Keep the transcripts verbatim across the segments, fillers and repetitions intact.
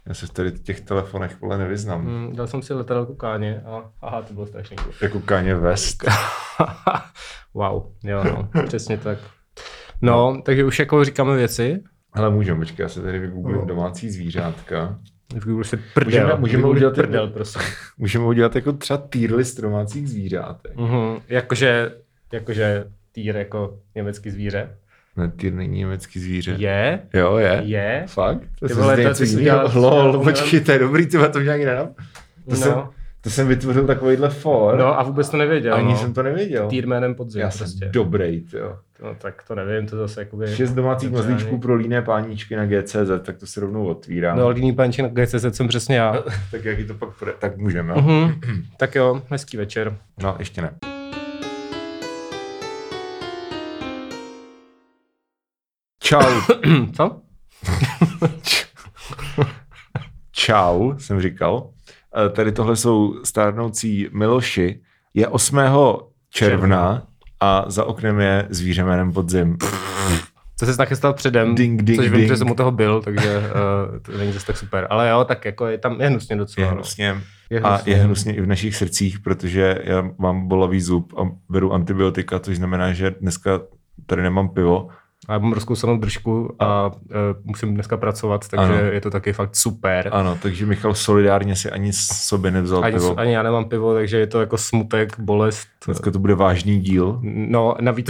Já se v tady těch telefonech vole nevyznám. Mm, dal jsem si letadlo Káně a aha, to bylo strašný. Jako Kanye West. Wow, jo no, přesně tak. No, no, takže už jako říkáme věci. Ale můžeme, počkej, já se tady vygooglím no. domácí zvířátka. V Google se prdel. Můžeme, můžeme udělat prdel, prosím. Můžeme udělat jako třeba tier list domácích zvířátek. Mm-hmm. Jakože, jakože tier jako německý zvíře. Ne, tier není německý zvíře. Je? Jo, je. Je? Fakt? To ty vole, to jsi udělal... Lol, počkej, to je dobrý, tyhle, to mě ani nenap... To, no. jsem, to jsem vytvořil takovýhle for. No a vůbec to nevěděl. Ani no. jsem to nevěděl. Tier jménem podzim. Já prostě. jsem dobrý, jo. No tak to nevím, to zase jakoby... Šest domácích mazlíčků pro líné páníčky na G C Z, tak to se rovnou otvírám. No, líný páníček na G C Z jsem přesně já. Tak jaký to pak bude? Tak můžeme. Uh-huh. Tak jo, hezký večer. No, ještě ne. Čau. Co? Čau, jsem říkal. Tady tohle jsou stárnoucí Miloši. Je osmého června a za oknem je zvíře jménem Podzim. To se nachystal předem, ding, ding, což vím, ding. že jsem u toho byl, takže uh, to není zase tak super. Ale jo, tak jako je tam je hnusně docela. Je hnusně. Je A hnusně. je hnusně i v našich srdcích, protože já mám bolavý zub a beru antibiotika, což znamená, že dneska tady nemám pivo. A já mám rozkousanou držku a uh, musím dneska pracovat, takže ano. Je to taky fakt super. Ano, takže Michal solidárně si ani sobě nevzal ani, pivo. Ani já nemám pivo, takže je to jako smutek, bolest. Dneska to bude vážný díl. No, navíc,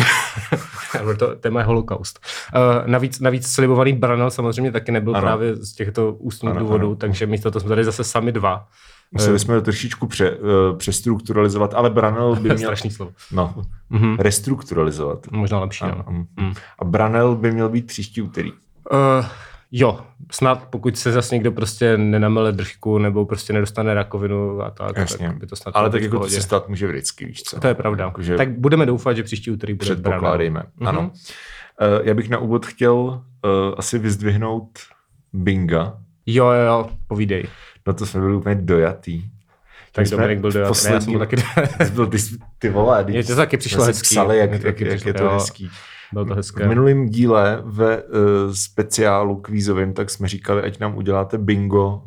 to, to je moje holokaust. Uh, navíc, navíc slibovaný Branel samozřejmě taky nebyl ano. právě z těchto ústních ano, důvodů, ano. takže místo toho jsme tady zase sami dva. Museli jsme to trošičku pře, uh, přestrukturalizovat, ale Branel by měl... Strašný slovo. No, mm-hmm. restrukturalizovat. Možná lepší, ano. ano. Mm. A Branel by měl být příští úterý. Uh, jo, snad pokud se zase někdo prostě nenamele držku nebo prostě nedostane rakovinu a tak, jasně. tak by to snad... Ale tak jako to se stát může vždycky, víš co. To je pravda. Jako, že tak budeme doufat, že příští úterý bude Branel. Předpokládejme, ano. Mm-hmm. Uh, já bych na úvod chtěl uh, asi vyzdvihnout Binga. Jo, jo, jo, povídej. No to jsme byli úplně dojatý. Tak Dominik byl dojatý, poslední... já jsem byl taky dojatý. Byl ty, ty vole, je to taky přišlo hezký. Psali, jak, jak, jak, jak je to jo, hezký. Bylo to hezké. V minulém díle ve uh, speciálu kvízovým, tak jsme říkali, ať nám uděláte bingo uh,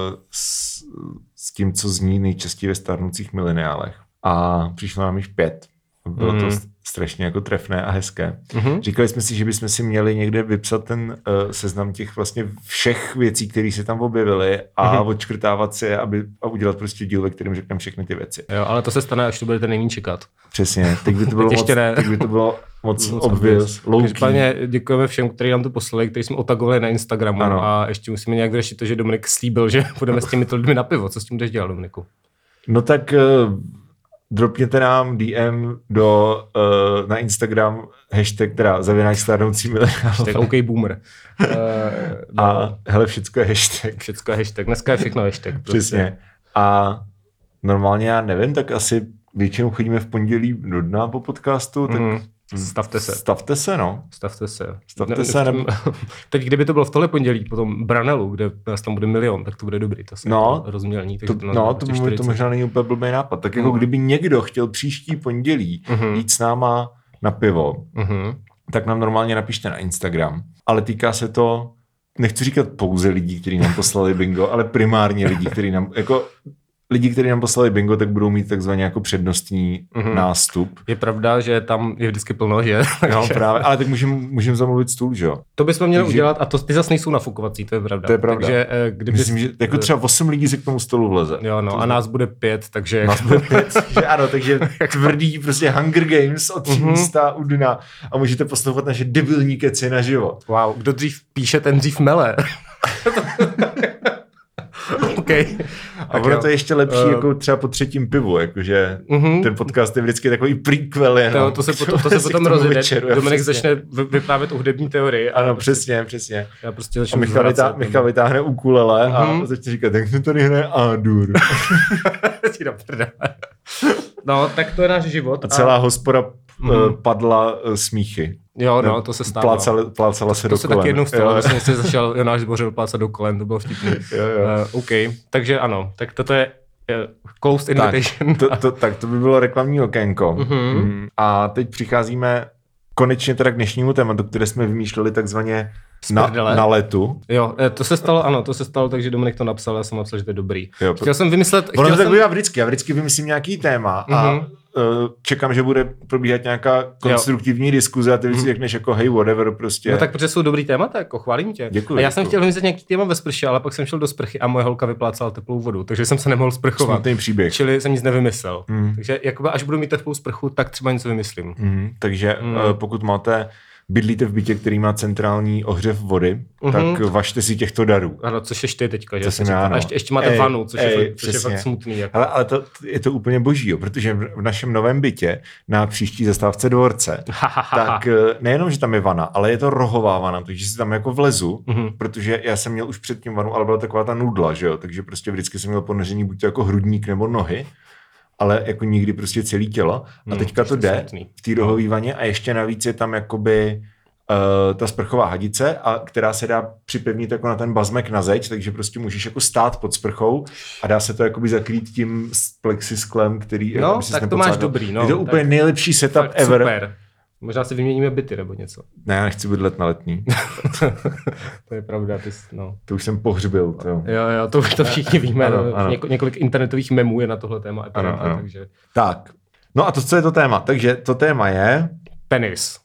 s, s tím, co zní nejčastěji ve stárnoucích mileniálech. A přišlo nám jich pět. Bylo mm. to strašně jako trefné a hezké. Mm-hmm. Říkali jsme si, že bychom si měli někde vypsat ten uh, seznam těch vlastně všech věcí, které se tam objevily a mm-hmm. odškrtávat si je aby, a udělat prostě díl, ve kterém řekneme všechny ty věci. Jo, ale to se stane, až to budete nejméně čekat. Přesně, teď by to bylo, moc, teď by to bylo moc, moc obvious. Každopádně děkujeme všem, kteří nám to poslali, kteří jsme otagovali na Instagramu ano. a ještě musíme nějak vyřešit to, že Dominik slíbil, že budeme s těmito lidmi na pivo. Co s tím budeš dělat, Dominiku? No tak... Uh, dropněte nám D M do, uh, na Instagram hashtag, teda zavináč stárnoucí mileniál. Hashtag OK boomer. Uh, no. A hele, všecko je hashtag. Všecko je hashtag. Dneska je všechno hashtag. Prostě. Přesně. A normálně já nevím, tak asi většinou chodíme v pondělí do dna po podcastu, tak mm. Stavte se. Stavte se, no. Stavte se. Stavte ne, se. Nebo... Teď, kdyby to bylo v tohle pondělí, potom Branelu, kde nás tam bude milion, tak to bude dobrý. To se no, rozmělní. To, to, no, to, to možná není úplně blbý nápad. Tak jako mm. kdyby někdo chtěl příští pondělí mm-hmm. jít s náma na pivo, mm-hmm. tak nám normálně napište na Instagram. Ale týká se to, nechci říkat pouze lidí, kteří nám poslali bingo, ale primárně lidí, kteří nám, jako... Lidi, kteří nám poslali bingo, tak budou mít takzvaně jako přednostní mm-hmm. nástup. Je pravda, že tam je vždycky plno, že? No právě, ale tak můžeme můžem zamluvit stůl, že jo? To bychom měli Takže... udělat a to ty zase nejsou nafukovací, to je pravda. To je pravda. Takže, kdyby... Myslím, že jako třeba osm lidí se k tomu stolu vleze. Jo, no to a nás bude pět, takže... Nás bude pět, takže ano, takže tvrdý prostě Hunger Games od tři mm-hmm. místa u dna a můžete poslouchat naše debilní keci na život. Wow, kdo dřív píše, ten dřív mele. Okay. A ono to je ještě lepší uh, jako třeba po třetím pivu, jakože uh-huh. ten podcast je vždycky takový prequel jenom. To, to se, potom, to se potom rozjede. Dominik začne vyprávět o hudební teorii. Ano, prostě, přesně, přesně. Já prostě a Michal, vytá, Michal vytáhne ukulele uh-huh. a začne říkat, jak to tady hraje A-dur. No, tak to je náš život. A celá a... hospoda uh-huh. padla uh, smíchy. Jo, no, to se stává. Plácala, plácala se to do se kolen. taky jednou stalo, že jsem zašel Jonáš Zbořil plácat do kolen, to bylo vtipný. Jo, jo. Uh, OK, takže ano, tak toto je uh, closed invitation. Tak to, to, tak to by bylo reklamní okénko. Uh-huh. A teď přicházíme konečně teda k dnešnímu tématu, které jsme vymýšleli takzvaně na, na letu. Jo, to se stalo, ano, to se stalo, takže Dominik to napsal, já jsem napsal, že to je dobrý. Jo, chtěl jsem vymyslet... Ono to jsem... tak bývá vždycky, já vždycky vymyslím nějaký téma a mm-hmm. uh, čekám, že bude probíhat nějaká konstruktivní jo. diskuze a ty mm-hmm. si řekneš jako hey, whatever prostě. No tak protože jsou dobrý témata, jako chválím tě. Děkuji, a já jsem děkuji. chtěl vymyslet nějaký téma ve sprše, ale pak jsem šel do sprchy a moje holka vyplácala teplou vodu, takže jsem se nemohl sprchovat. Smutný příběh. Čili jsem nic nevymyslel. Mm. Takže jakoby až budu mít teplou sprchu, tak třeba něco vymyslím. Mm. Takže mm. Uh, pokud máte bydlíte v bytě, který má centrální ohřev vody, mm-hmm. tak važte si těchto darů. Ano, což jsi ty teďka, že? To jsem já, no. A ještě, ještě máte ej, vanu, což, ej, je, což je fakt smutný. Jako. Ale, ale to, je to úplně boží, jo, protože v našem novém bytě na příští zastávce dvorce, tak nejenom, že tam je vana, ale je to rohová vana, takže si tam jako vlezu, mm-hmm. protože já jsem měl už předtím vanu, ale byla taková ta nudla, že jo, takže prostě vždycky jsem měl ponoření buď to jako hrudník nebo nohy, ale jako nikdy prostě celý tělo. A hmm, teďka to jde smutný. V té rohové vaně a ještě navíc je tam jakoby uh, ta sprchová hadice, a která se dá připevnit jako na ten bazmek na zeď, takže prostě můžeš jako stát pod sprchou a dá se to jakoby zakrýt tím plexisklem, který... No, tak to máš dobrý. No, je to úplně nejlepší setup ever. Super. Možná si vyměníme byty nebo něco. Ne, já nechci bydlet na Letní. To je pravda. Ty, no. To už jsem pohřbil. To. Jo, jo, to už to všichni víme. Ano, ano. Něko, několik internetových memů je na tohle téma. Ano, ano. Takže... Tak, no a to, co je to téma? Takže to téma je... Penis.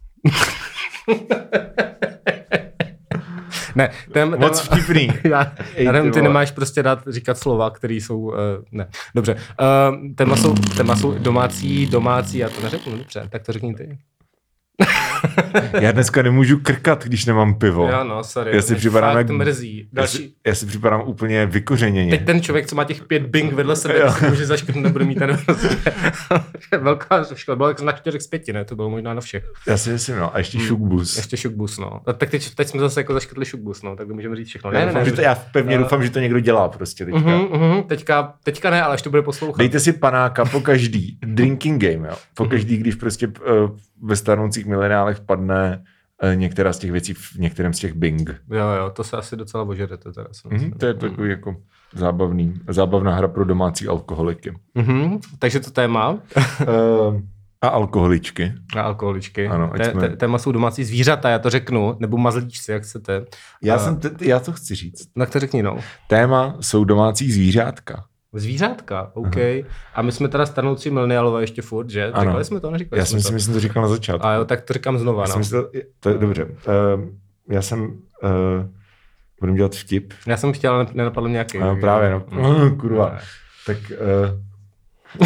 Ne, tém, moc tém, vtipný. Já, já nevím, ty nemáš prostě dát říkat slova, které jsou, uh, ne, dobře. Uh, téma, jsou, téma jsou domácí, domácí, já to neřeknu, dobře, tak to řekni ty. Já dneska nemůžu krkat, když nemám pivo. Jo, no, sorry. Já si připadám jak... mrzí. Další... Já, si, já si připadám úplně vykořeněně. Teď ten člověk, co má těch pět bing vedle sebe, tak si může zaškrtnout, nebude mít ten velká škola. Bylo jako na čtyřech z pěti, ne? To bylo možná na všech. Já si myslím, no. A ještě hmm. šukbus. Ještě šukbus, no. A tak teď, teď jsme zase jako zaškrtli šukbus, no. Tak to můžeme říct všechno. Ne, já, ne, doufám, ne, to, já pevně uh, doufám, že to někdo dělá prostě teďka. Uh-huh, uh-huh. Teďka, teďka ne, ale až to bude poslouchat. Dejte si panáka po každý. Drinking game, jo. Po každý, když prostě uh, ve starnoucích mileniálech padne některá z těch věcí v některém z těch Bing. Jo, jo, to se asi docela ožerete. Teda mm-hmm, to je takový mm. jako zábavný, zábavná hra pro domácí alkoholiky. Mm-hmm, takže to téma. uh, a alkoholičky. A alkoholičky. Ano, Té, jsme... Téma jsou domácí zvířata, já to řeknu, nebo mazlíčci, jak chcete. Já, uh, jsem t- já to chci říct. Tak to řekni, no. Téma jsou domácí zvířátka. Zvířátka, OK. Uh-huh. A my jsme teda starnoucí mileniálové ještě furt, že? Ano. Říkali jsme to, neříkali já jsme to? Já jsem to říkal na začátku. A jo, tak to říkám znova, no. Myslel, to je dobře. Uh, já jsem... Uh, budem dělat vtip. Já jsem chtěl, ale nenapadl nějaký. No, právě, no. Mm. Kurva. Tak... Uh...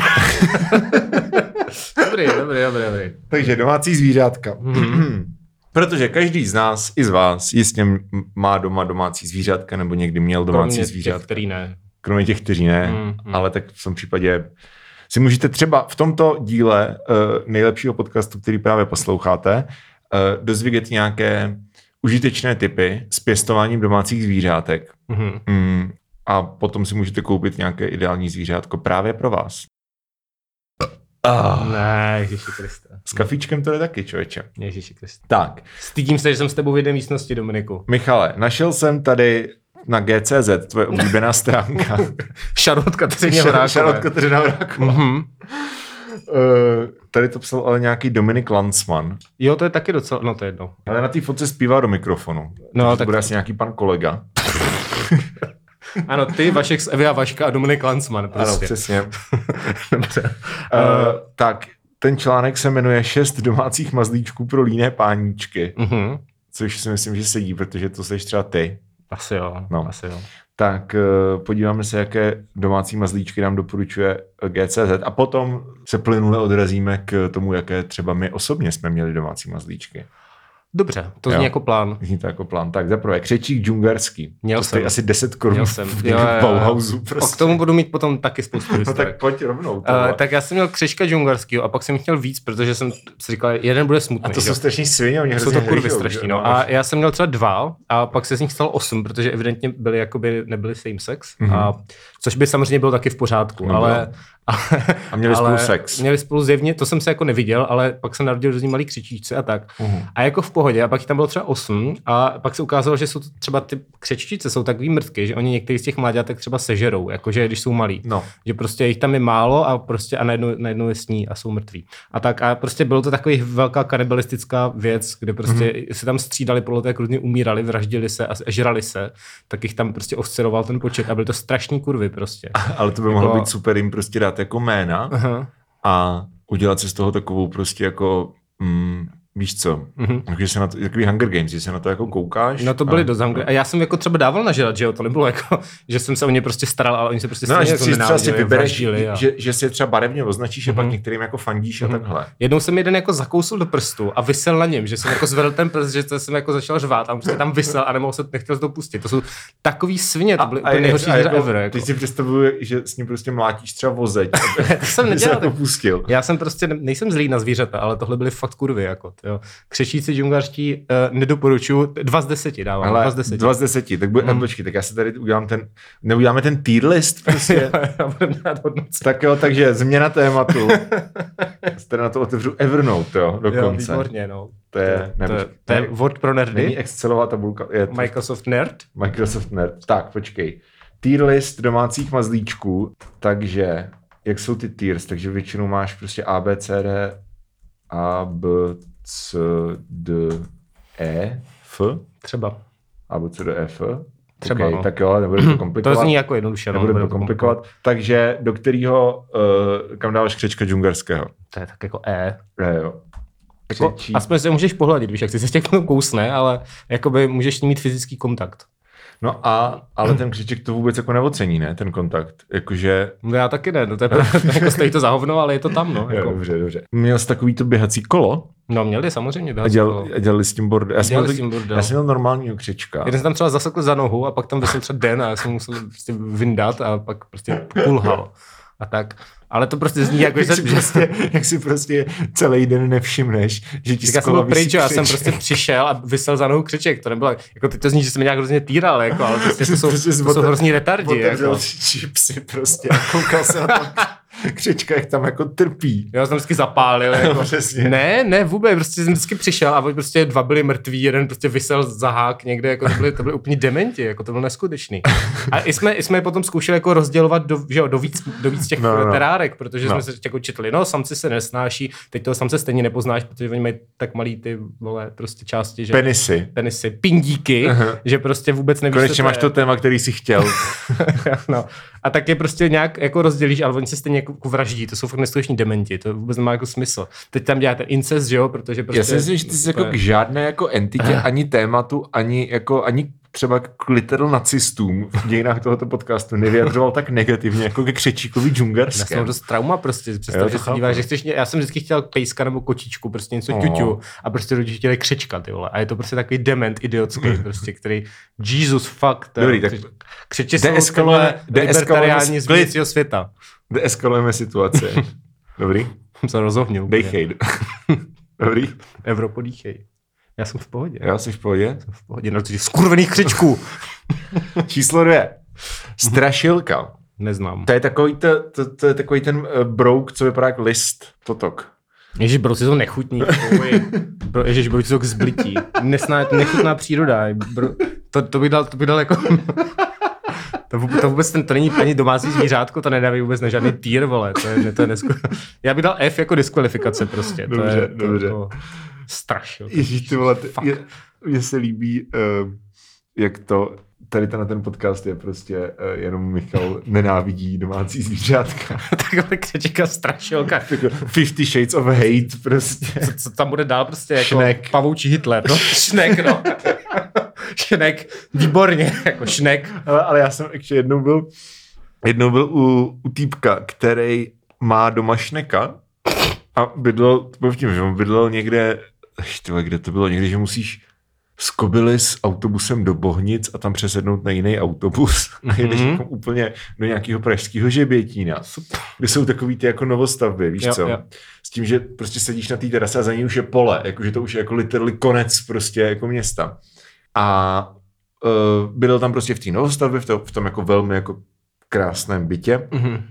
dobrý, dobrý, dobrý, dobrý. Takže domácí zvířátka. Mm-hmm. Protože každý z nás, i z vás, jistě má doma domácí zvířátka, nebo někdy měl domácí Kromě zvířátka. Těch, který ne. Kromě těch, kteří ne, mm, mm. ale tak v tom případě si můžete třeba v tomto díle uh, nejlepšího podcastu, který právě posloucháte, uh, dozvědět nějaké užitečné tipy s pěstováním domácích zvířátek. Mm-hmm. Mm, a potom si můžete koupit nějaké ideální zvířátko právě pro vás. Oh. Ne, Ježíši Kriste. S kafičkem to je taky, člověče. Ježíši Kriste. Tak. Stydím se, že jsem s tebou v jedné místnosti, Dominiku. Michale, našel jsem tady na G C Z, tvoje oblíbená stránka. Šarot Kateřina Vrákové. Šarot Kateřina Vrákové. Mm-hmm. Uh, tady to psal ale nějaký Dominik Landsman. Jo, to je taky docela, no to je jedno. Ale na té fotce zpívá do mikrofonu. No, tak tak... to bude asi nějaký pan kolega. Ano, ty, Vašek z Evy a Vaška a Dominik Landsman. Prostě. Ano, přesně. uh, tak, ten článek se jmenuje Šest domácích mazlíčků pro líné páníčky. Uh-huh. Což si myslím, že sedí, protože to seš třeba ty. Asi jo, no. asi jo. Tak uh, podíváme se, jaké domácí mazlíčky nám doporučuje G C Z a potom se plynule odrazíme k tomu, jaké třeba my osobně jsme měli domácí mazlíčky. Dobře, to zní jo. jako plán. Zní to jako plán. Tak zaprvé křečík džungarský. Měl to jsem. asi deset korun v Bauhausu. Prostě. K tomu budu mít potom taky spoustu no tak pojď rovnou. Uh, tak já jsem měl křečka džungarskýho a pak jsem chtěl víc, protože jsem si říkal, jeden bude smutný. A to jsou strašní svině, oni jsou to kurvy strašný. No. A já jsem měl třeba dva a pak se z nich stalo osm, protože evidentně byli jakoby nebyli same sex, mm-hmm. a což by samozřejmě bylo taky v pořádku, no, ale, A měli spolu sex. Měli spolu zjevně, to jsem se jako neviděl, ale pak se narodil různý malý křečíčci a tak. Uh-huh. A jako v pohodě, a pak tam bylo třeba osm a pak se ukázalo, že jsou to třeba ty křečíci jsou takový mrtky, že oni některý z těch mláďatek třeba sežerou, jakože když jsou malí. No. Že prostě jich tam je málo a prostě a najednou, najednou je sní a jsou mrtví. A tak a prostě bylo to takový velká kanibalistická věc, kde prostě uh-huh. se tam střídali podle té různě umírali, vraždili se a žrali se, tak jich tam prostě osciloval ten počet a byly to strašní kurvy prostě. Ale to by jako... mohlo být super jim prostě dát jako jména uh-huh. a udělat si z toho takovou prostě jako mm, víš co, mm-hmm. takže se na to, takový Hunger Games, že se na to jako koukáš. No to byly a... dost Hunger A já jsem jako třeba dával nažrat, že jo, to nebylo jako, že jsem se o ně prostě staral, ale oni se prostě no, stejně jako nenáviděli, si vybereš, a... že, že si je třeba barevně označíš mm-hmm. a pak některým jako fandíš mm-hmm. a takhle. Jednou jsem jeden jako zakousl do prstu a visel na něm, že jsem jako zvedl ten prst, že jsem jako začal řvát a on prostě tam visel a nemohl se, nechtěl to pustit. To jsou takový svině, to byly úplně nejhorší hra ever. Jako. Ty si představuji, že s ním prostě mlátíš třeba vozeď. To jsem nedělal. To pustil. Já jsem prostě nejsem zlý na zvířata, ale tohle byly fakt kurvy jako, jo. Křečíci džungarští uh, nedoporučuju, dva z deseti dávám, ale dva z deseti. Dva z deseti, tak bude, mm. počkej, tak já si tady udělám ten, neuděláme ten tier list prostě. Tak jo, takže změna tématu. Tady na to otevřu Evernote, jo, dokonce. Jo, výborně, no. To je, to, to, to je Word pro nerdy. Není Excelová tabulka. Je to, Microsoft Nerd. Microsoft Nerd. Tak, počkej. Tier list domácích mazlíčků, takže, jak jsou ty tiers, takže většinou máš prostě A, B, C, D, A, B, C, D, E, F. Třeba. A, B, C, D, E, F. Třeba, okay, no. Tak jo, nebude to komplikovat. To zní jako jednoduše. Nebude to komplikovat. Takže do kterého, uh, kam dáváš křečka džungarského? To je tak jako E. E, jo. Jako, aspoň se můžeš pohladit, víš, jak si se těch kousne, ale jakoby můžeš s ním mít fyzický kontakt. No a, ale ten křeček to vůbec jako neocení, ne, ten kontakt, jakože... No já taky ne, no to je jako stojí to za hovno, ale je to tam, no. Jako. Jo, dobře, dobře. Měl jsi takový to běhací kolo? No měli samozřejmě běhací a děl, kolo. A dělali s tím bordel. Já jsem měl, s tím bordel. Já jsem měl normálního křečka. Jeden jsem tam třeba zasekl za nohu a pak tam vysel třeba den a já jsem musel prostě vyndat a pak prostě kulhal. A tak. Ale to prostě zní jako, jak, že... si prostě, jak si prostě celý den nevšimneš, že ti z kola vysí křeček. Já jsem prostě přišel a vysel za nohu křeček. To nebylo, jako teď to zní, že jsem mě nějak hrozně týral, jako, ale prostě to jsou, prostě to jsou hrozný retardi. Jako. Čipsy prostě a koukal se na to křečka, jak tam jako trpí. Já jsem vždycky zapálil. Jako. Ne, ne, vůbec, prostě jsem vždycky přišel a prostě dva byli mrtví, jeden prostě vysel za hák někde, jako to byly, to byly úplně dementi, jako to bylo neskutečný. A i jsme, i jsme je potom zkoušeli jako rozdělovat do, že jo, do, víc, do víc těch no, no. terárek, protože no. jsme se jako četli, no samci se nesnáší, teď toho samce stejně nepoznáš, protože oni mají tak malý ty vole prostě části, že penisy, penisy, pindíky, uh-huh. že prostě vůbec nevíš. Konečně máš to téma, který jsi chtěl. No. A tak je prostě nějak jako rozdělíš, ale oni se stejně jako vraždí, to jsou fakt neskutečný dementi, to vůbec nemá jako smysl. Teď tam děláte incest, že jo, protože prostě... Já si myslím, že ty jsi jako k žádné jako entitě, ani tématu, ani jako, ani třeba k literal nacistům v dějinách tohoto podcastu nevyjadřoval tak negativně jako ke křečíkovi džungarskému. Já jsem dost trauma prostě, představ, že se díváš, že chceš, já jsem vždycky chtěl pejska nebo kočičku, prostě něco oh. ťuťu a prostě lidi chtěli křečka, ty vole. A je to prostě takový dement idiotský, prostě, který Jesus fuck. Dobrý, tak křeči jsou tohle libertariální z budoucího světa. Deeskalujeme situaci. Dobrý? Jsem se rozohnil. Dejchej. Dobrý? Evropo, dýchej. Já jsem v pohodě. Já jsem v pohodě? Jsem v pohodě, no těch skurvených křečků. Číslo dvě. Strašilka. Neznám. To je takový, to, to, to je takový ten uh, brouk, co vypadá jak list. Totok. Ježiš, brouci jsou nechutní. Bro, ježiš, brouci jsou k zblití. Nesná, nechutná příroda. Bro, to, to, by dal, to by dal jako... To, to vůbec ten, to není ani domácí zvířátko, to nedávají vůbec na žádný týr, vole. To je, to je nesku... Já bych dal F jako diskvalifikace prostě. Dobře, to je, dobře. To, to strašil. Ježíš, ty vole, mně se líbí, uh, jak to, tady ten, ten podcast je prostě uh, jenom Michal nenávidí domácí zvířátka. Takhle křečeka strašilka. Fifty Shades of Hate prostě. Co, co tam bude dál prostě jako Šnek. Pavoučí Hitler, no? Šnek, no. Šnek, výborně, jako šnek. Ale, ale já jsem ještě jednou byl, jednou byl u, u týpka, který má doma šneka a bydlel, to bylo v tím, že on bydlel někde, tyhle, kde to bylo, někde, že musíš z Kobily s autobusem do Bohnic a tam přesednout na jiný autobus a jedeš mm-hmm. úplně do nějakého pražského Žebětína, kde jsou takový ty jako novostavby, víš jo, co? Jo. S tím, že prostě sedíš na té terase a za ní už je pole, jakože to už je jako literally konec prostě jako města. A uh, bydlel tam prostě v té novostavbě, v, to, v tom jako velmi jako krásném bytě. Mm-hmm. Uh,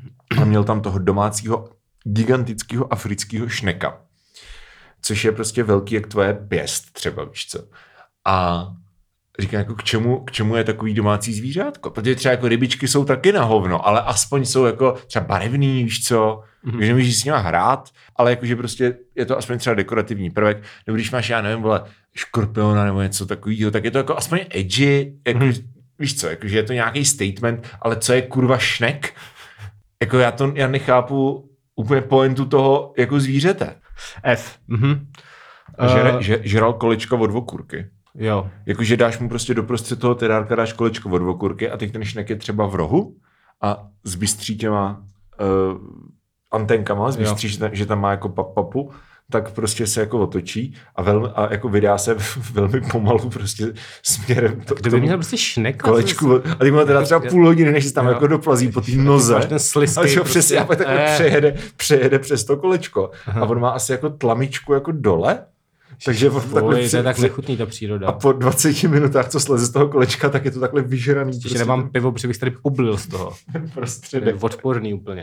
a měl tam toho domácího gigantického afrického šneka, což je prostě velký jak tvoje pěst třeba, víš co. A říkám, jako k čemu, k čemu je takový domácí zvířátko? Protože třeba jako rybičky jsou taky na hovno, ale aspoň jsou jako třeba barevný, víš co, mm-hmm. že nemůžeš s nima hrát, ale jakože prostě je to aspoň třeba dekorativní prvek, nebo když máš, já nevím, vole, škorpiona nebo něco takového, tak je to jako aspoň edgy, jako, mm-hmm. víš co, jakože je to nějaký statement, ale co je kurva šnek? Jako já to, já nechápu úplně pointu toho jako zvířete. F. Mm-hmm. Žere, uh... že, žeral kolečko od okurky. Jo. Jakože dáš mu prostě doprostřed toho terárka, dáš kolečko od okurky a teď ten šnek je třeba v rohu a zbystří těma uh, antenkama, zbystří, že tam, že tam má jako papu, tak prostě se jako otočí a, velmi, a jako vydá se velmi pomalu prostě směrem to, kdyby měl prostě šnek kolečku. A teď má teda třeba půl hodiny, než se tam jo. jako doplazí po té noze. Máš ten slizký. A prostě. přesně, a takhle eh. přejede, přejede přes to kolečko. Aha. A on má asi jako tlamičku jako dole. Takže Boj, takhle to je tak nechutný ta příroda. A po dvaceti minutách, co sleze z toho kolečka, tak je to takhle vyžraný. Když prostě nemám pivo, protože bych tady poblil z toho. Prostředek. Odporný úplně.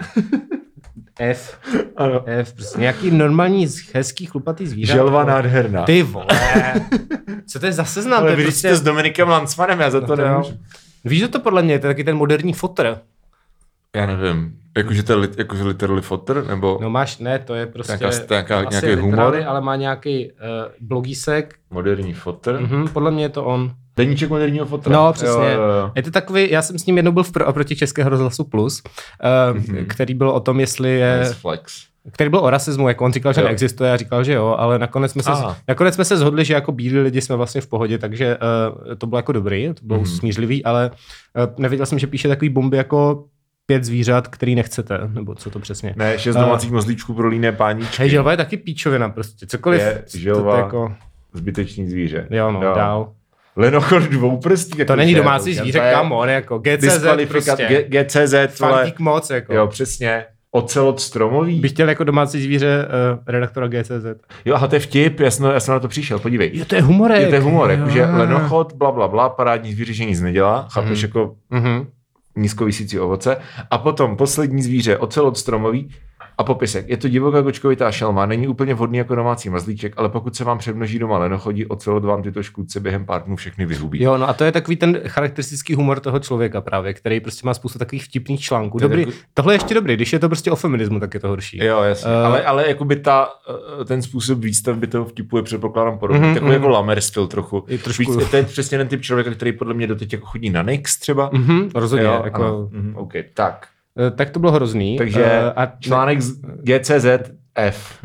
F. Ano. F. Prostě nějaký normální, hezký, chlupatý zvířat. Želva nádherná. Ty vole. Co to je za seznam? Ale vidíš prostě... to s Dominikem Lanzmanem, já za to, no to nemůžu. Víš, že to podle mě je taky ten moderní fotr. Já nevím. Jakože to je jako literally fotr, nebo... No máš, ne, to je prostě... Nějaká, nějaká, nějaký humor. Ale má nějaký uh, blogísek. Moderní fotr. Mhm, podle mě je to on. Deníček moderního fotra. No, přesně. Jo, jo, jo. Je to takový, já jsem s ním jednou byl v pro a proti Českého rozhlasu Plus, uh, mm-hmm. který byl o tom, jestli je... Nice flex. Který byl o rasismu, jako on říkal, že jo. neexistuje, a říkal, že jo, ale nakonec jsme, se, nakonec jsme se shodli, že jako bílí lidi jsme vlastně v pohodě, takže uh, to bylo jako dobrý, to bylo mm-hmm. smířlivý, ale uh, nevěděl jsem, že píše takový bomby jako pět zvířat, který nechcete, nebo co to přesně. Ne, šest domácích uh, mozlíčků pro líné páníčky. Hej, želva je taky píčovina prostě, cokoliv. Je želva, jako... zbytečný zvíře. Jo, no, jo. Dál. Lenochod dvouprstý. To není domácí zvíře, come on, jako G C Z prostě. G- GCZ, Fandík moc, jako. Jo, přesně. Ocelot stromový. Bych chtěl jako domácí zvíře uh, redaktora G C Z. Jo, aha, to je vtip, já jsem, já jsem na to přišel, podívej. Jo, to je humorek. Jo, to je humorek, že lenochod, bla, bla, bla, parádní zvíře, že nic nedělá, chápeš, mm. jako mm-hmm. nízkovisící ovoce. A potom poslední zvíře, ocelot stromový. A popisek. Je to divoká kočkovitá šelma, není úplně vhodný jako domácí mazlíček, ale pokud se vám přemnoží doma lenochodí, ocelot vám tyto škůdce během pár dnů všechny vyhubí. Jo, no a to je takový ten charakteristický humor toho člověka právě, který prostě má spoustu takových vtipných článků. To dobrý, takový... Tohle je ještě dobrý, když je to prostě o feminismu, tak je to horší. Jo, jasně. Uh... Ale, ale jakoby ta, ten způsob výstavby toho vtipu je předpokládám podobný. Mm-hmm, takový mm-hmm. jako Lamer styl trochu. Je trošku... Víc, to je přesně ten typ člověka, který podle mě doteď jako chodí na Nix třeba. Mm-hmm, rozhodně. Jo, jako... mm-hmm, okay, tak. Tak to bylo hrozný. Takže uh, a článek z G C Z F.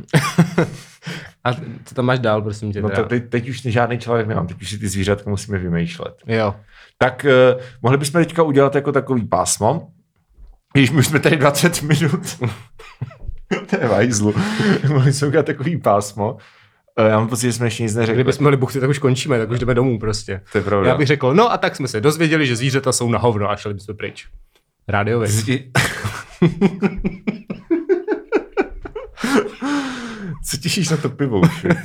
A co tam máš dál, prosím tě? No to teď, teď už žádný článek nemám, teď už si ty zvířatka musíme vymýšlet. Jo. Tak uh, mohli bychom teďka udělat jako takový pásmo. Když my jsme tady dvacet minut. To je vajzlu. Mohli jsme udělat takový pásmo. Uh, já mám pocit, že jsme ještě nic neřekli. Kdybychom mohli buchty, tak už končíme, tak už jdeme domů prostě. To je pravda. Já bych řekl, no a tak jsme se dozvěděli, že zvířata jsou na hovno a šli bychom pryč. Rádiově. Zdi... Co těšíš na to pivo už? no.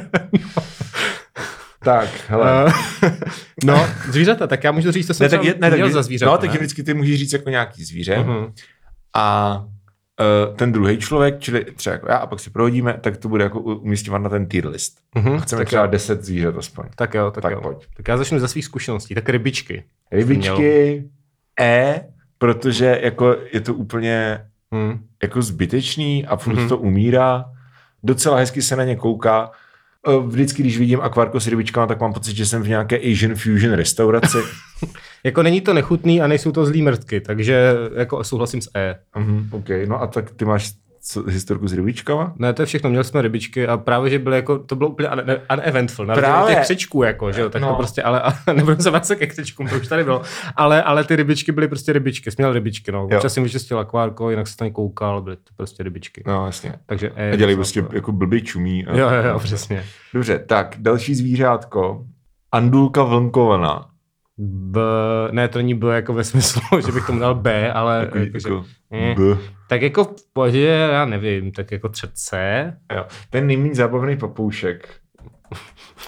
Tak, hele. Uh, no, zvířata, tak já můžu říct, co jsem ne, tak je, ne, měl tak, za zvířata. No, tak vždycky ty můžeš říct jako nějaký zvíře. Uh-huh. A uh, ten druhý člověk, čili třeba jako já, a pak si prohodíme, tak to bude jako umístěvat na ten tier list. Uh-huh. A chceme tak třeba deset zvířat aspoň. Tak jo, tak, tak jo. Pojď. Tak já začnu ze svých zkušeností. Tak rybičky. Rybičky, E, protože jako je to úplně hmm. jako zbytečný a furt hmm. to umírá. Docela hezky se na ně kouká. Vždycky, když vidím akvárko s rybičkama, tak mám pocit, že jsem v nějaké Asian Fusion restauraci. Jako není to nechutný a nejsou to zlý mrtky, takže jako souhlasím s E. Uh-huh, OK, no a tak ty máš co, historku s rybičkama? Ne, to je všechno, měli jsme rybičky a právě, že byly jako, to bylo úplně uneventful, na rozdíl od těch křečků, jako, že jo, tak no. to prostě, ale, ale nebudeme se vracet ke křečkům, to už tady bylo, ale, ale ty rybičky byly prostě rybičky, směl rybičky, no, občas jsem vyčistil akvárko, jinak se tam koukal, byly to prostě rybičky. No, jasně. Takže E. A dělali prostě to... jako blbý čumí. A... Jo, jo, jo, přesně. Dobře, tak, další zvířátko, andulka vlnkovaná. B, ne, to není B jako ve smyslu, že bych tomu dal B, ale Takový, jako, jako že, B. Tak jako v pohodě, já nevím, tak jako třeba C. Jo. Ten nejméně zábavný papoušek.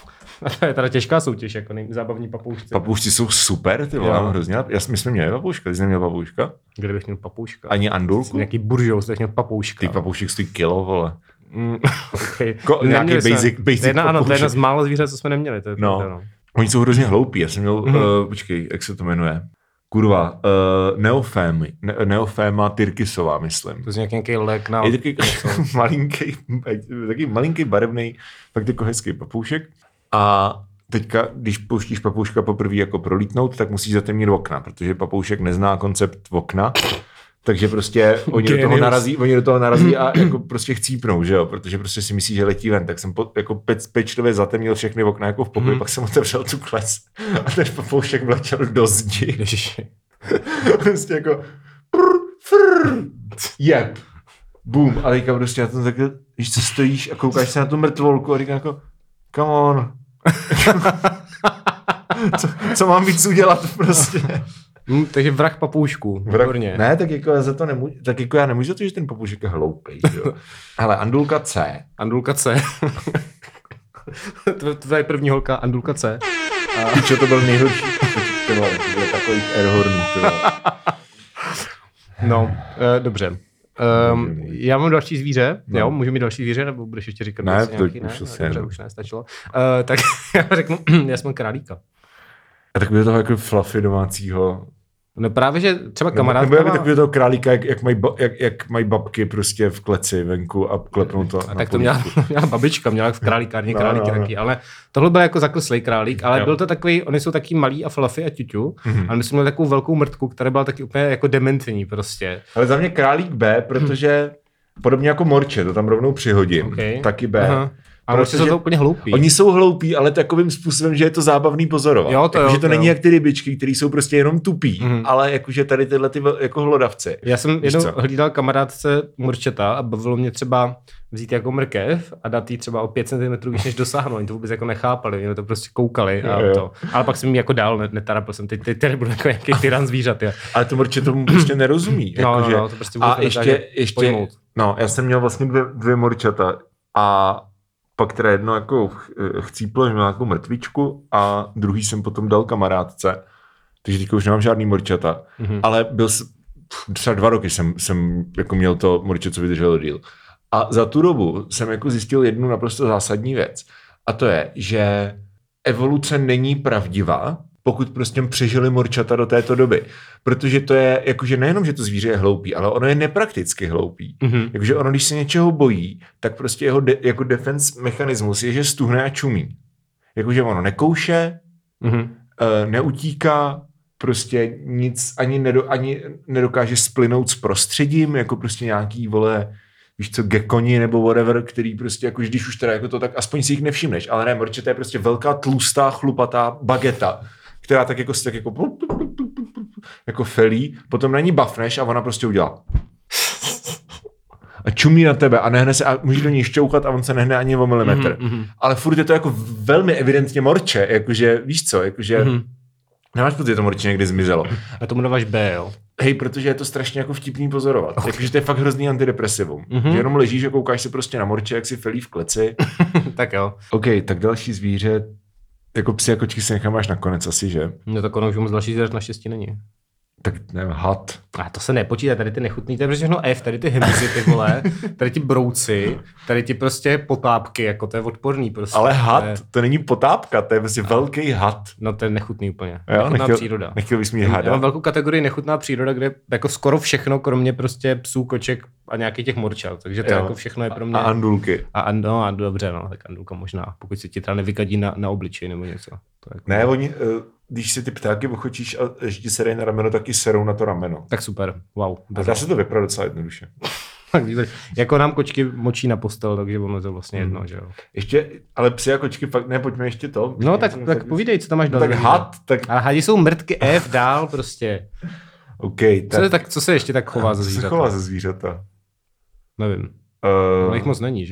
A to je teda těžká soutěž, jako zábavní papoušci. Papoušci jsou super, ty vole, hrozně. Já, my jsme měli papouška, ty jsi neměl papouška? Kde bych měl papouška? Ani andulku? Nějaký buržou, jsi měl papouška. Ty papoušek stojí kilo, vole. Mm, okay. Ko, nějaký basic, basic to jedna, ano, to je jedna z mála zvířat, co jsme neměli. To je no. to, no. Oni jsou hrozně hloupí, já jsem měl, mm-hmm. uh, počkej, jak se to jmenuje? Kurva, uh, neofémy, ne, neoféma tyrkysová, myslím. To je nějaký lék na... Je taky malinký, taky malinký barevný, fakt jako hezký papoušek. A teďka, když pouštíš papouška poprvé jako prolítnout, tak musíš zatemnit okna, protože papoušek nezná koncept okna. Takže prostě oni do toho narazí, oni do toho narazí a jako prostě chcípnou, že jo, protože prostě si myslí, že letí ven, tak jsem po, jako pe, pečlivě zatemnil všechny okna jako v pokoji, mm. pak jsem otevřel tu klec a ten papoušek vletěl do zdi. Prostě jako prr, frr, jeb, boom, a teďka prostě na tom takhle, víš co stojíš a koukáš se na tu mrtvolku a říká jako, come on. co, co mám víc udělat prostě. Hmm, takže vrah papoušků. Vrah, ne, tak jako, já za to nemůžu, tak jako já nemůžu za to, že ten papoušek je hloupej. Jo. Hele, Andulka C. Andulka C. to, to je první holka, Andulka C. A čo to byl nejhorší? To bylo takových airhornů. No, uh, dobře. Um, já mám další zvíře, no. Jo, můžu mít další zvíře, nebo budeš ještě říkat? Ne, to nějaký, už ne? se Dobře, už nestačilo. Uh, tak já řeknu, já jsem králíka. A takového toho jako fluffy domácího. No právě, že třeba kamarádka... Nebo já bych takového toho králíka, jak, jak, mají, jak, jak mají babky prostě v kleci venku a klepnou to. A tak to měla, měla babička, měla v králíkárně králíky no, no, taky, no. Ale tohle byl jako zakleslej králík, ale jo. Byl to takový, oni jsou taky malí a fluffy a ťuťu, mm-hmm. ale my jsme měli takovou velkou mrtku, která byla taky úplně jako dementní prostě. Ale za mě králík B, protože podobně jako morče, to tam rovnou přihodím, okay. Taky B. Aha. A prostě jsou to úplně hloupí. Oni jsou hloupí, ale takovým způsobem, že je to zábavný pozorovat. Jo, to jako, jo, že to, to není jo. jak ty rybičky, které jsou prostě jenom tupí, mm. ale jakože tady tyhle ty jako hlodavci. Já jsem jednou hlídal kamarádce murčata a bavilo mě třeba vzít jako mrkev a dát jí třeba o pět centimetrů víc, než dosáhnou. Oni to vůbec jako nechápali, oni to prostě koukali a jo, to. Ale pak jsem jim jako dál netarapil jsem, teď tady budu jako nějaký tyran zvířat. Já. Ale to murče tomu prostě nerozumí. No, jako, no, no, to prostě a ještě, ještě no, já jsem měl vlastně dvě, dvě morčata a pak teda jedno jako chcíplo, že měl nějakou mrtvičku a druhý jsem potom dal kamarádce, takže teďka už nemám žádný morčata, mm-hmm. ale byl třeba dva roky jsem, jsem jako měl to morče, co vydrželo díl. A za tu dobu jsem jako zjistil jednu naprosto zásadní věc a to je, že evoluce není pravdivá, pokud prostě přežili morčata do této doby. Protože to je, jakože nejenom, že to zvíře je hloupý, ale ono je neprakticky hloupý. Mm-hmm. Jakože ono, když se něčeho bojí, tak prostě jeho de, jako defense mechanismus je, že stuhne a čumí. Jakože ono nekouše, mm-hmm. e, neutíká, prostě nic ani, nedo, ani nedokáže splynout s prostředím, jako prostě nějaký, vole, víš co, gekoni nebo whatever, který prostě, jako když už teda jako to, tak aspoň si jich nevšimneš. Ale ne, morče, to je prostě velká, tlustá, chlupatá bageta, která tak jako, tak jako, jako felí, potom na ní bafneš a ona prostě udělá. A čumí na tebe a nehne se a můžeš do ní šťouchat a on se nehne ani o milimetr. Mm-hmm. Ale furt je to jako velmi evidentně morče, jakože, víš co, jakože mm-hmm. nemáš pocit, že to morče někdy zmizelo. A tomu dáváš B, jo? Hej, protože je to strašně jako vtipný pozorovat. Okay. Jakože to je fakt hrozný antidepresivum. Mm-hmm. Že jenom ležíš a koukáš se prostě na morče, jak si felí v kleci. Tak jo. OK, tak další zvíře, jako psy a kočky si necháváš nakonec asi, že? No tak ono už moc další zvířat naštěstí není. Tak nevím, had. A to se nepočítá, tady ty nechutný, to je prostě všechno F, tady ty hmyzy, ty vole, tady ti brouci, tady ti prostě potápky, jako to je odporný prostě. Ale had, to, je... to není potápka, to je prostě a... velký had. No to je nechutný úplně, jo, nechutná nechtěl, příroda. Nechtěl bys mít hada. Já mám velkou kategorii nechutná příroda, kde jako skoro všechno, kromě prostě psů, koček a nějakých těch morčat, takže to jo. Jako všechno je pro mě. A andulky. A, no, a dobře, no, tak andulka možná, pokud si ti teda nevykadí na, na obličej nebo něco. To jako... Ne, oni... Uh... Když si ty ptáky ochočíš a že ti se dají na rameno, taky serou na to rameno. Tak super, wow. A dá se to vypadat docela jednoduše. Jako nám kočky močí na postel, takže ono to vlastně jedno, hmm. že jo. Ještě, ale psy a kočky fakt, ne, pojďme ještě to. No tak, tak, tak povídej, co tam máš no, dál. Tak had, tak... Ale hadi jsou mrtky F dál prostě. OK, tak... Co, tak, co se ještě tak chová co ze zvířata? Co se chová ze zvířata? Nevím. Uh... Ale jich moc není, že jo.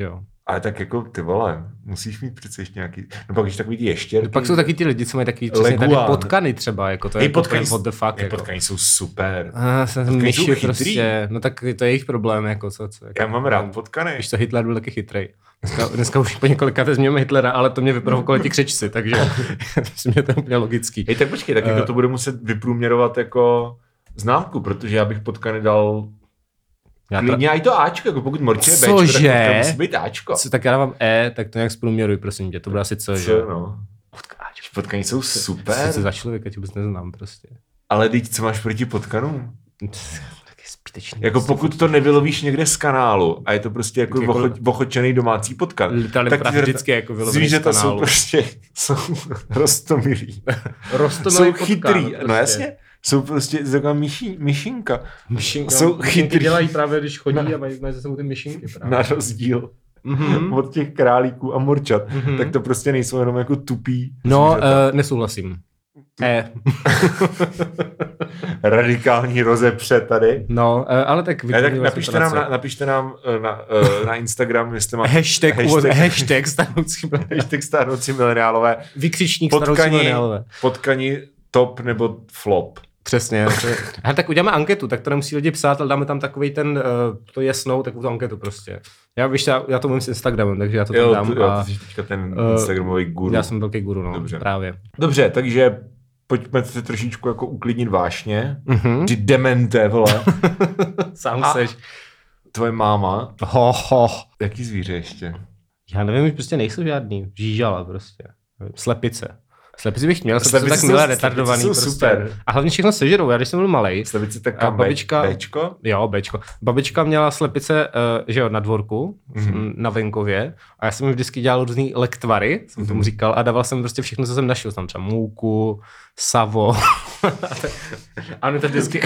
Ale tak jako ty vole, musíš mít přece ještě nějaký, no pak když takový ty ještěrky. No pak jsou taky ty lidi, co mají takový přesně tady potkany třeba, jako to je jako potkany, what the fuck. Hej, jako. potkany jsou super. Ah, potkany jsou chytrý. Prostě, no tak to je jejich problém, jako co. co jako, Já mám rád potkany. Víš to, Hitler byl taky chytrej. Dneska, dneska už po několikáté změníme Hitlera, ale to mě vyprovokovali ti křečci, takže myslím, že to je úplně logický. Hej, tak počkej, tak jako to bude muset vyprůměrovat jako známku, protože já bych potkany dal klidně pra... i to Ačko, jako pokud Morče je Bčko, tak potkany musí být Ačko. Co, tak já dávám E, tak to nějak zprůměruj, prosím tě, to bude asi co, že? Co, no. Potkany jsou super. Co za člověka, tě vůbec neznám prostě. Ale teď co máš proti potkanům? Zbytečný. Jako pokud to nevylovíš někde z kanálu a je to prostě jako, jako ochočený domácí potkan, tak vždycky jako vylovený z kanálu. jsou prostě jsou rostomilí. Rostomilý jsou potkan, chytrý, prostě. No jasně. Jsou prostě taková myší, myšinka. Myšinka. Jsou chytrý. Dělají právě, když chodí na, a mají, mají za sebou ty myšinky. Právě. Na rozdíl mm-hmm. od těch králíků a morčat. Mm-hmm. Tak to prostě nejsou jenom jako tupí. No, uh, nesouhlasím. E. Radikální rozepře tady. No, ale tak... Ne, tak napište nám, na, napište nám na, na Instagram, jestli máte... Hashtag, hashtag, hashtag stárnoucí hashtag stárnoucí mileniálové. Vykřičník stárnoucí mileniálové. Potkani top nebo flop. Přesně. Ale tak uděláme anketu, tak to nemusí lidi psát, ale dáme tam takovej ten, uh, to jasnou, takovou anketu prostě. Já, víš, já, já to mluvím s Instagramem, takže já to tam jo, dám. Jo, a, ty jsi teďka ten uh, Instagramový guru. Já jsem velký guru, no, Dobře. právě. Dobře, takže pojďme se trošičku jako uklidnit vášně. Mm-hmm. Ty demente, vole. Sám a seš. Tvoje máma. Ho, ho. Jaký zvíře ještě? Já nevím, už prostě nejsou žádný. Žížala prostě. Slepice. Slepici bych měl, slepice jsou tak milé, retardovaný prostě. Super. A hlavně všechno sežerou, já když jsem byl malej. Slepice tak a babička, Bčko? Jo, Bčko. Babička měla slepice, uh, že jo, na dvorku, mm-hmm. na venkově a já jsem mi vždycky dělal různý lektvary, jsem mm-hmm. tomu říkal a dával jsem prostě všechno, co jsem našel. Tam třeba mouku, savo. A ono to vždycky...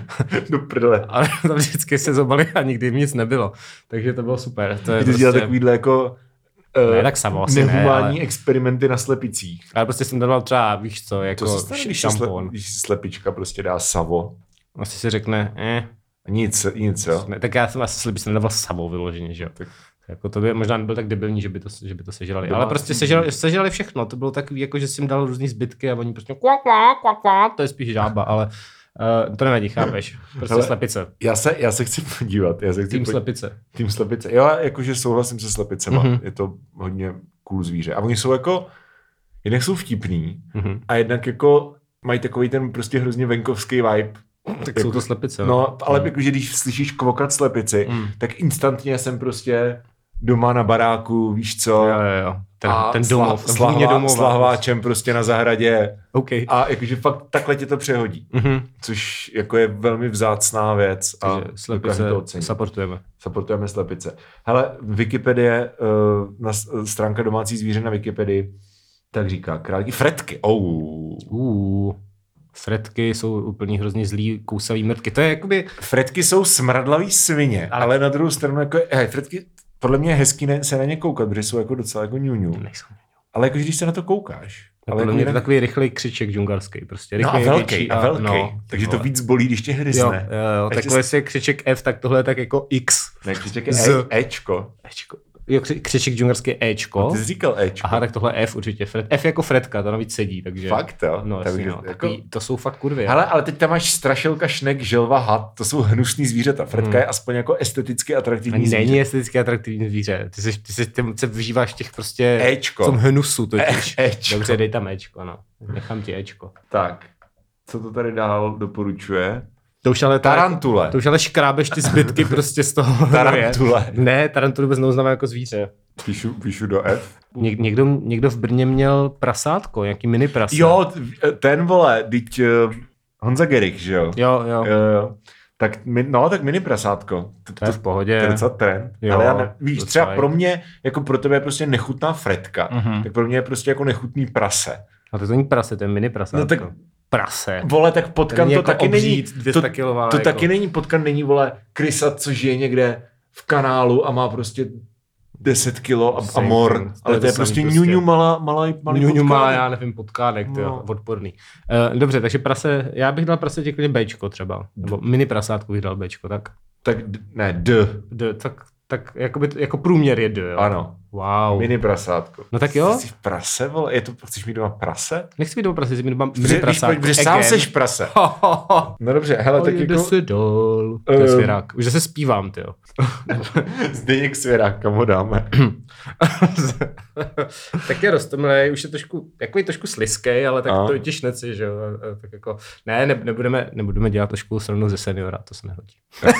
Do prdele. A to vždycky se zobali a nikdy jim nic nebylo. Takže to bylo super. To je Ty prostě... dělal takovýhle jako... Ne, tak samo asi nehumánní ne, ale... experimenty na slepicích. Ale prostě jsem dával třeba, víš co, jako to stane, když šampon. Sle, když si slepička prostě dá savo. Asi si řekne, eh. Nic, nic, jo. Ne, tak já jsem asi slepici nedával savo vyloženě, že jo. Tak jako to by možná nebyl tak debilní, že by to, že by to sežrali. Domácí. Ale prostě sežrali, sežrali všechno. To bylo takový, jako že jsem dal různý zbytky a oni prostě kvá, kvá, kvá, kvá. To je spíš žába, ale uh, to nevadí, chápeš. Prostě hele, slepice. Já se, já se chci podívat. Já se chci Tým podívat. slepice. Tým slepice. Jo, jakože souhlasím se slepicema. Mm-hmm. Je to hodně cool zvíře. A oni jsou jako, jednak jsou vtipný mm-hmm. a jednak jako mají takový ten prostě hrozně venkovský vibe. Tak jako, jsou to slepice. No, ale mm. jakože když slyšíš kvokat slepici, mm. tak instantně jsem prostě doma na baráku, víš co? Jo, jo, jo. Ten, ten domov. S lahváčem prostě na zahradě. Okay. A jakože fakt takhle tě to přehodí. Mm-hmm. Což jako je velmi vzácná věc. A slepice supportujeme. Supportujeme slepice. Hele, Wikipedie, na stránka domácí zvíře na Wikipedii, tak říká králíky. Fretky. Oh. Uh. Fretky jsou úplně hrozně zlý, kousavý mrtky. To je jakoby... Fretky jsou smradlavý svině, ale, ale na druhou stranu jako hej, fretky, podle mě je hezký ne, se na ně koukat, protože jsou jako docela jako ňuňu. Nejsou ňuňu. Ale jako když se na to koukáš. Ale podle mě je to takový rychlej křiček džungarský. Prostě no a velký, a velký. No, takže to víc bolí, když tě hryzne. Jo, jo, jo. Takhle jestli je křiček F, tak tohle je tak jako X. Ne, křiček je e, Ečko. Ečko. Jo, křiček džungarský Ečko. A ty jsi říkal Ečko. Aha, tak tohle F určitě. Fred. F jako Fredka, to navíc sedí, takže... Fakt jo? No, jasně, no. Jako... To jsou fakt kurvy. Hele, ale teď tam máš strašilka, šnek, želva, had, to jsou hnusný zvířata. Fredka hmm. je aspoň jako esteticky atraktivní zvíře. Není esteticky atraktivní zvíře. Ty se, ty se, ty se vžíváš těch prostě... Ečko. V tom hnusu totiž. E, Ečko. Dobře, dej tam Ečko, no. Nechám ti Ečko. Tak, co to tady dál doporučuje? To už ale tarantule. To už ale škrábeš ty zbytky prostě z toho. Tarantule. Ne, tarantule vůbec neuznává jako zvíře. Píšu, píšu do F. Něk, někdo, někdo v Brně měl prasátko, nějaký mini prasát. Jo, ten vole, teď uh, Honza Gerich, že jo? Jo, jo. jo, jo. Tak, no, tak mini prasátko. To, to je v pohodě. To je docela trend. Jo, ale já ne, víš, třeba je. pro mě, jako pro tebe je prostě nechutná Fredka, uh-huh. tak pro mě je prostě jako nechutný prase. A to není prase, to je mini prasátko. No tak prase. Vole, tak potkan to jako taky není. To, to jako. taky není potkan, není, vole, krysa, co žije někde v kanálu a má prostě deset kilo a, a mor. To ale to je prostě ňuňu malá, malá, malý ňuňu potkánek. má, já nevím, potkánek, to je no. odporný. Uh, dobře, takže prase, já bych dal prase klidně Bčko třeba. Nebo mini prasátku bych dal Bčko, tak? Tak ne, D. D, tak Tak jakoby, jako průměr je D, jo? Ano. Wow. Mini prasátko. No tak jo. Jsi v prase, vole? Je to, chceš mít doma prase? Nechci mít doma prase, chci mít doma mini prasátko. Protože sám seš prase. No dobře, hele, tak jako... se dol. To je Svěrák. Už zase zpívám, tyjo. Zdeněk Svěrák, kam ho dáme? Tak je Roztomilej, už je trošku, jako je trošku sliskej, ale tak a. to těž neci, že jo. Tak jako, ne, ne, nebudeme, nebudeme dělat trošku srovnou ze seniora, to se nehodí.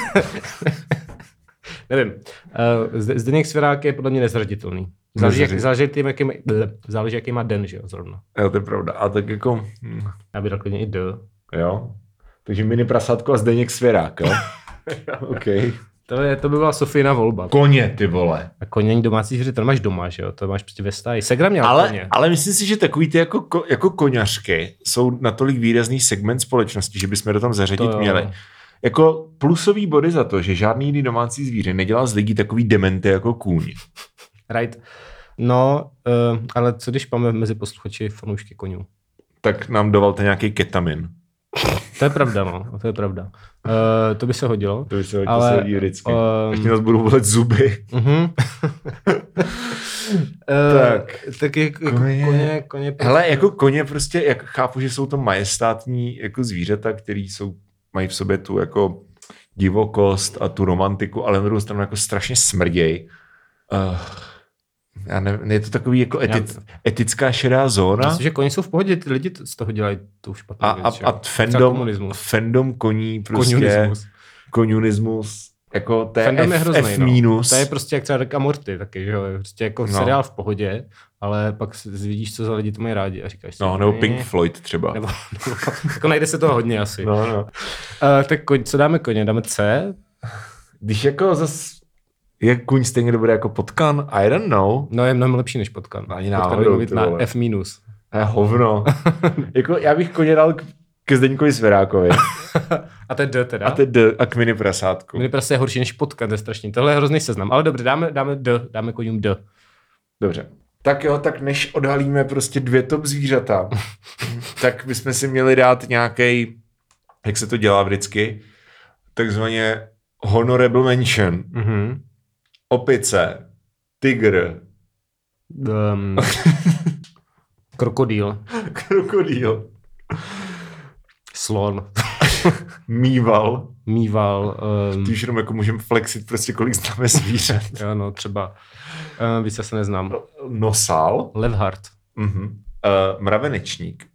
Nevím. Uh, Zdeněk Svěrák je podle mě nezraditelný. Záleží, jak, záleží, tým, jaký, má, záleží, jaký má den, že jo, zrovna. Jo, to je pravda. A tak jako... Hm. Já bych dal klidně i D. Jo. Takže mini prasátko a Zdeněk Svěrák, jo? OK. To, je, to by byla Sofína volba. Koně, ty vole. A koně není domácí zvíře, to máš doma, že jo? To máš prostě ve stáji. Segra měla ale, koně. Ale myslím si, že takový ty jako, jako koňařky jsou natolik výrazný segment společnosti, že bychom do tam zařadit to měli. Jako plusový body za to, že žádný jiný domácí zvíře nedělá z lidí takový dementy jako kůň. Right. No, uh, ale co když máme mezi posluchači fanoušky koňů? Tak nám dovalte nějaký ketamin. To je pravda, no. To je pravda. Uh, to by se hodilo. To by se hodilo, ale, to se hodí vždycky. Um, Ještě nás budou bolet zuby. Uh-huh. tak. Uh, tak je, koně, koně, koně prostě... Hele, jako koně prostě, jak chápu, že jsou to majestátní jako zvířata, který jsou, mají v sobě tu jako divokost a tu romantiku, ale na druhou stranu jako strašně smrděj. Uh, já nevím, je to takový jako etic, etická šedá zóna. Myslím, že koně jsou v pohodě, ty lidi z toho dělají tu špatnou a, věc. A, a fandom, fandom koní prostě. Koňunismus. Koňunismus. Jako to je fandom F, je hrozný, F minus. No. To je prostě jak třeba Rick a Morty, taky, že jo. Prostě jako no. seriál v pohodě, ale pak vidíš, co za lidi to mají rádi a říkáš si. No, nebo Pink Floyd třeba. Nebo, nebo jako najde se toho hodně asi. No, no. Uh, tak koň, co dáme koně? Dáme C? Když jako zas je kuň stejně dobrý jako potkan? I don't know. No je mnohem lepší než potkan. Ani náhodou, potkan na F minus. To je hovno. jako já bych koně dal k, ke Zdeňkovi Svěrákovi. A to je D teda? A to je D a k mini prasátku. Mini prase je horší než potkan, to je strašný. Tohle je hrozný seznam. Ale dobře, dáme, dáme D, dáme koňům D. Dobře. Tak jo, tak než odhalíme prostě dvě top zvířata, tak bychom si měli dát nějaký, jak se to dělá vždycky, takzvaně honorable mention. Mm-hmm. Opice, tygr, um, krokodýl. Krokodýl. Slon. Mýval. Mýval. Um, Ty už jenom jako můžeme flexit prostě, kolik známe zvířat. Jo, no, třeba. Uh, víc se neznám. Nosal. Levhart. Uh-huh. Uh, mravenečník.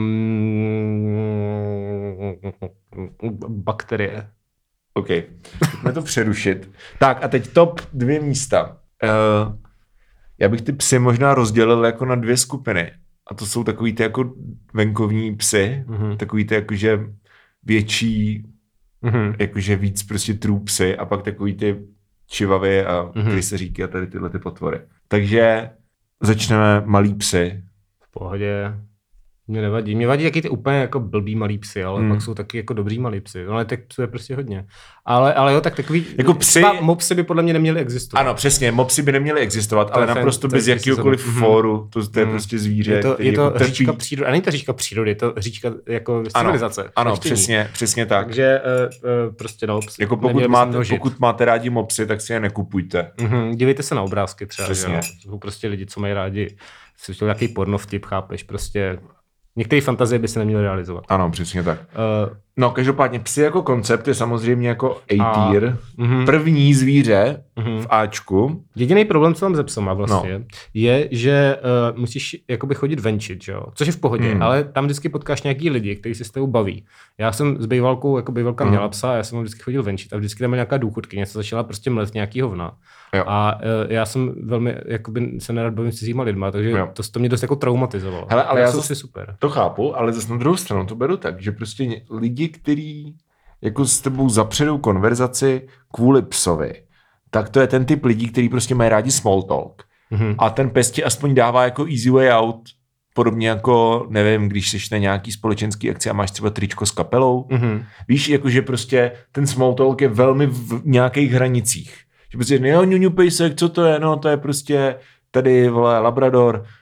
Mm, bakterie. OK. Pojďme to přerušit. Tak a teď top dvě místa. Uh, já bych ty psy možná rozdělil jako na dvě skupiny. A to jsou takový ty jako venkovní psy. Mm-hmm. Takový ty jakože větší, mm-hmm. jakože víc prostě true psy. A pak takový ty čivavy a mm-hmm. kryseříky a tady tyhle ty potvory. Takže začneme malý psy. V pohodě. Mě nevadí. Mě vadí taky ty úplně jako blbý malý psy, ale hmm. pak jsou taky jako dobrý malý psy. Ale tak psů je prostě hodně. Ale, ale jo, tak takový... Jako psy... Mopsy by podle mě neměly existovat. Ano, přesně. Mopsy by neměly existovat, ale naprosto bez jakýhokoliv fóru. To, to je hmm. prostě zvíře, je to, který je to jako říčka přírody. A není to říčka přírody, je to říčka jako civilizace. Ano, ano přesně, přesně tak. Takže uh, uh, prostě no, psy. Jako pokud máte, pokud máte rádi mopsy, tak si je nekupujte. Mm-hmm. Dívejte se na obrázky třeba. Přesně. Jsou prostě lidi, co mají rádi. Jsou to nějaký porno vtip, chápeš, prostě... Některé fantazie by se neměly realizovat. Ano, přesně tak. Uh, no, každopádně psy jako koncept je samozřejmě jako A-tier. Uh, První zvíře uh-huh. v Ačku. Jediný problém, co mám se psama vlastně, no. je, že uh, musíš jakoby chodit venčit, že jo? Což je v pohodě, mm. ale tam vždycky potkáš nějaký lidi, kteří se s tebou baví. Já jsem s bejvalkou, jako bejvalka mm. měla psa, já jsem ho vždycky chodil venčit a vždycky tam byla nějaká důchodkyně, co začala prostě mlet nějaký hovna. Jo. A uh, já jsem velmi, jakoby se nerad bavím s cizíma lidma, takže to, to mě dost jako traumatizovalo. Hele, ale já, já zase super. To chápu, ale zase na druhou stranu to beru tak, že prostě lidi, kteří jako s tebou zapředou konverzaci kvůli psovi, tak to je ten typ lidí, kteří prostě mají rádi small talk. Mm-hmm. A ten pes ti aspoň dává jako easy way out, podobně jako, nevím, když jsi na nějaký společenský akci a máš třeba tričko s kapelou. Mm-hmm. Víš, jakože prostě ten small talk je velmi v nějakých hranicích. Že prostě, jo, ňuňu pejsek, co to je? No, to je prostě tady, vole, labrador.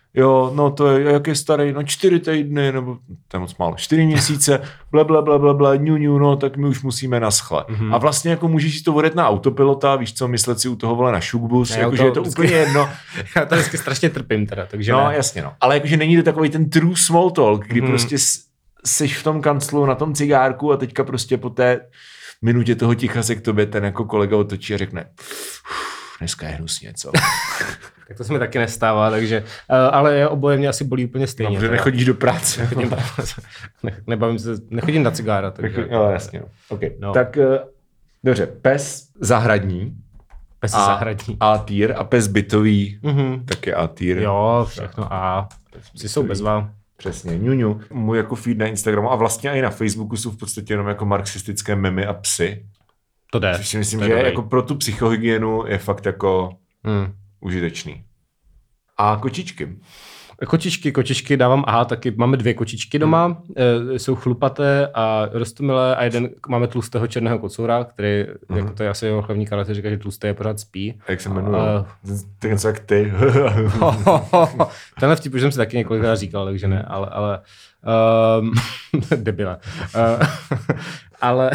jo, no to je, jak je starý, no čtyři týdny, nebo to je moc málo, čtyři měsíce, ble, ble, ble, ble, ble, ňu, ňu, no, tak my už musíme na schle. Mm-hmm. A vlastně jako můžeš si to vodit na autopilota, víš co, myslet si u toho vole na šukbus, jakože je to vždycky, úplně jedno. Já to vždycky strašně trpím teda, takže no, ne. jasně, no. Ale jakože není to takový ten true small talk, kdy mm. prostě seš v tom kanclu na tom cigárku a teďka prostě po té minutě toho ticha se k tobě ten jako kolega otočí a řekne dneska je hnusně, co? Tak to se mi taky nestává, takže, ale oboje mě asi bolí úplně stejně. No, protože nechodíš do práce. Nechodím, ne, nebavím se, nechodím na cigára. Takže, no, jasně. No. Okay. No. Tak dobře, pes zahradní. Pes a, zahradní. A tier a pes bytový, mm-hmm. taky A tier. Jo, všechno A. Psi jsou bezva. Přesně, ňuňu. Můj jako feed na Instagramu a vlastně i na Facebooku jsou v podstatě jenom jako marxistické memy a psy. To jde. Což si myslím, že jako pro tu psychohygienu je fakt jako hmm. užitečný. A kočičky. Kočičky, kočičky dávám, aha, taky máme dvě kočičky doma, hmm. e, jsou chlupaté a rostomilé a jeden máme tlustého černého kocoura, který, hmm. jako to je asi jeho hlavní charakteristika, že tlusté pořád spí. Jak se jmenuje? Uh, ty něco jak ty. Tenhle vtip už jsem si taky několikrát říkal, takže ne, ale, ale um, debile. Uh, ale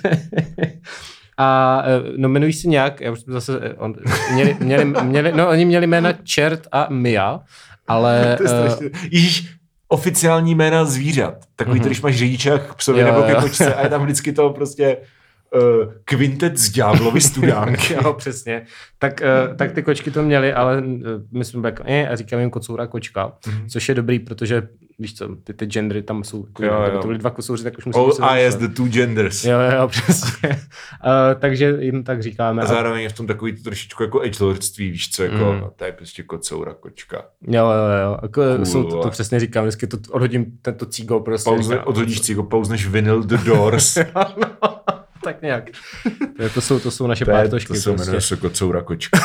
a no jmenují se nějak, já už zase, on, měli, měli, měli, no oni měli jména Čert a Mia, ale... To je strašně... Uh, Ježíš, oficiální jména zvířat. Takový, uh-huh. když máš řidičák k psovi nebo ke kočce a je tam vždycky to prostě uh, kvintet z ďáblovy studánky. Jo, přesně. Tak, uh, tak ty kočky to měly, ale uh, my jsme jako, eh, a říkáme jim kocoura kočka, uh-huh. což je dobrý, protože víš co, ty, ty gendery tam jsou, jo, jo. To byly dva kosouři, tak už musíme oh, se ah, yes, the two genders. Jo, jo, přesně. uh, takže jim tak říkáme. A zároveň je v tom takový to trošičku jako edgelordství, víš co, jako, mm. no, to je prostě kocoura, kočka. Jo, jo, jo, jako, cool, jsou, to, to přesně říkám, vždycky to odhodím tento cígo prostě. Pauzne, říkám, odhodíš cígo, pauzneš vinyl The Doors. no, tak nějak. To, to, jsou, to jsou naše pártošky. To se jmenuje prostě. Kocoura, kočka.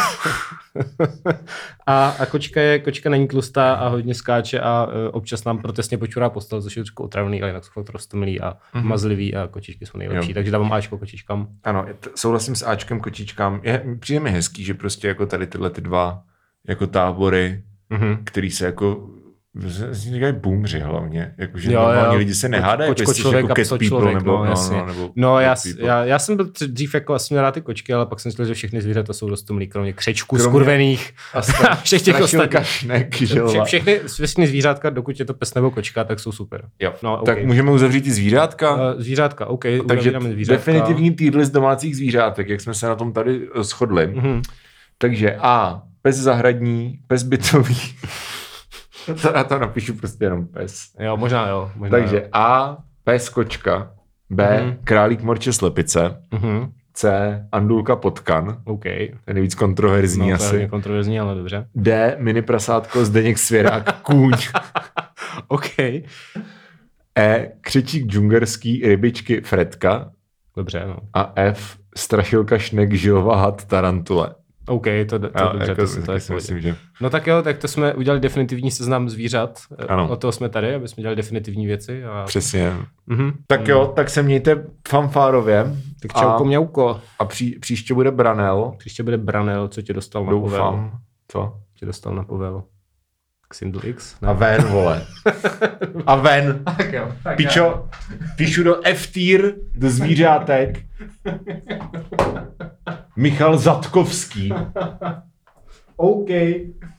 a, a kočka je, kočka není tlustá a hodně skáče a uh, občas nám protestně počurá postel, což je trošku otravný, ale jinak jsou fakt roztomilý a mm-hmm. mazlivý a kočičky jsou nejlepší, jo. Takže dávám Ačko kočičkám. Ano, t- souhlasím s Ačkem kočičkám. Je, přijde mi hezký, že prostě jako tady tyhle ty dva jako tábory, mm-hmm. který se jako říkají boomři hlavně, jakože jo, normální jo. lidi se nehádají, Kočko jako člověk jako a pso člověk, nebo, no, jasně. No, nebo no já, já, já jsem byl dřív jako asi měl rád ty kočky, ale pak jsem myslel, že všechny zvířata jsou roztomilý, kromě křečků, kromě skurvených a všech těch ostatních. Vše, všechny, všechny zvířátka, dokud je to pes nebo kočka, tak jsou super. Jo. No, okay. Tak můžeme uzavřít ty zvířátka? Uh, zvířátka, OK. Takže definitivní týdl z domácích zvířátek, jak jsme se na tom tady shodli. Mm-hmm. Takže A, pes zahradní, pes bytový. To, já to napíšu prostě jenom pes. Jo, možná jo. Možná Takže jo. A, pes kočka, B, mm-hmm. králík morče slepice, mm-hmm. C, andulka potkan, okay. To je nejvíc kontroverzní no, asi. No, kontroverzní, ale dobře. D, mini prasátko, Zdeněk Svěrák, kůň. OK. E, křečík džungerský, rybičky, Fredka. Dobře, no. A F, strašilka, šnek, žilva, had, tarantule. OK, to, to, to jo, dobře. Jako, to, to, to si myslím, že... No tak jo, tak to jsme udělali definitivní seznam zvířat. Ano. Od toho jsme tady, aby jsme dělali definitivní věci. A... Přesně. Mm-hmm. Tak jo, tak se mějte fanfárově. Tak čauko, mňauko. A pří, příště bude Branel. Příště bude Branel, co tě dostal na Doufám. povel. Co? Tě dostal na povel. Xindl X. Ne? A ven, vole. A ven. Tak jo. Tak Pičo, jo. píšu do F-tier, do zvířátek. Michal Zatkovský. OK.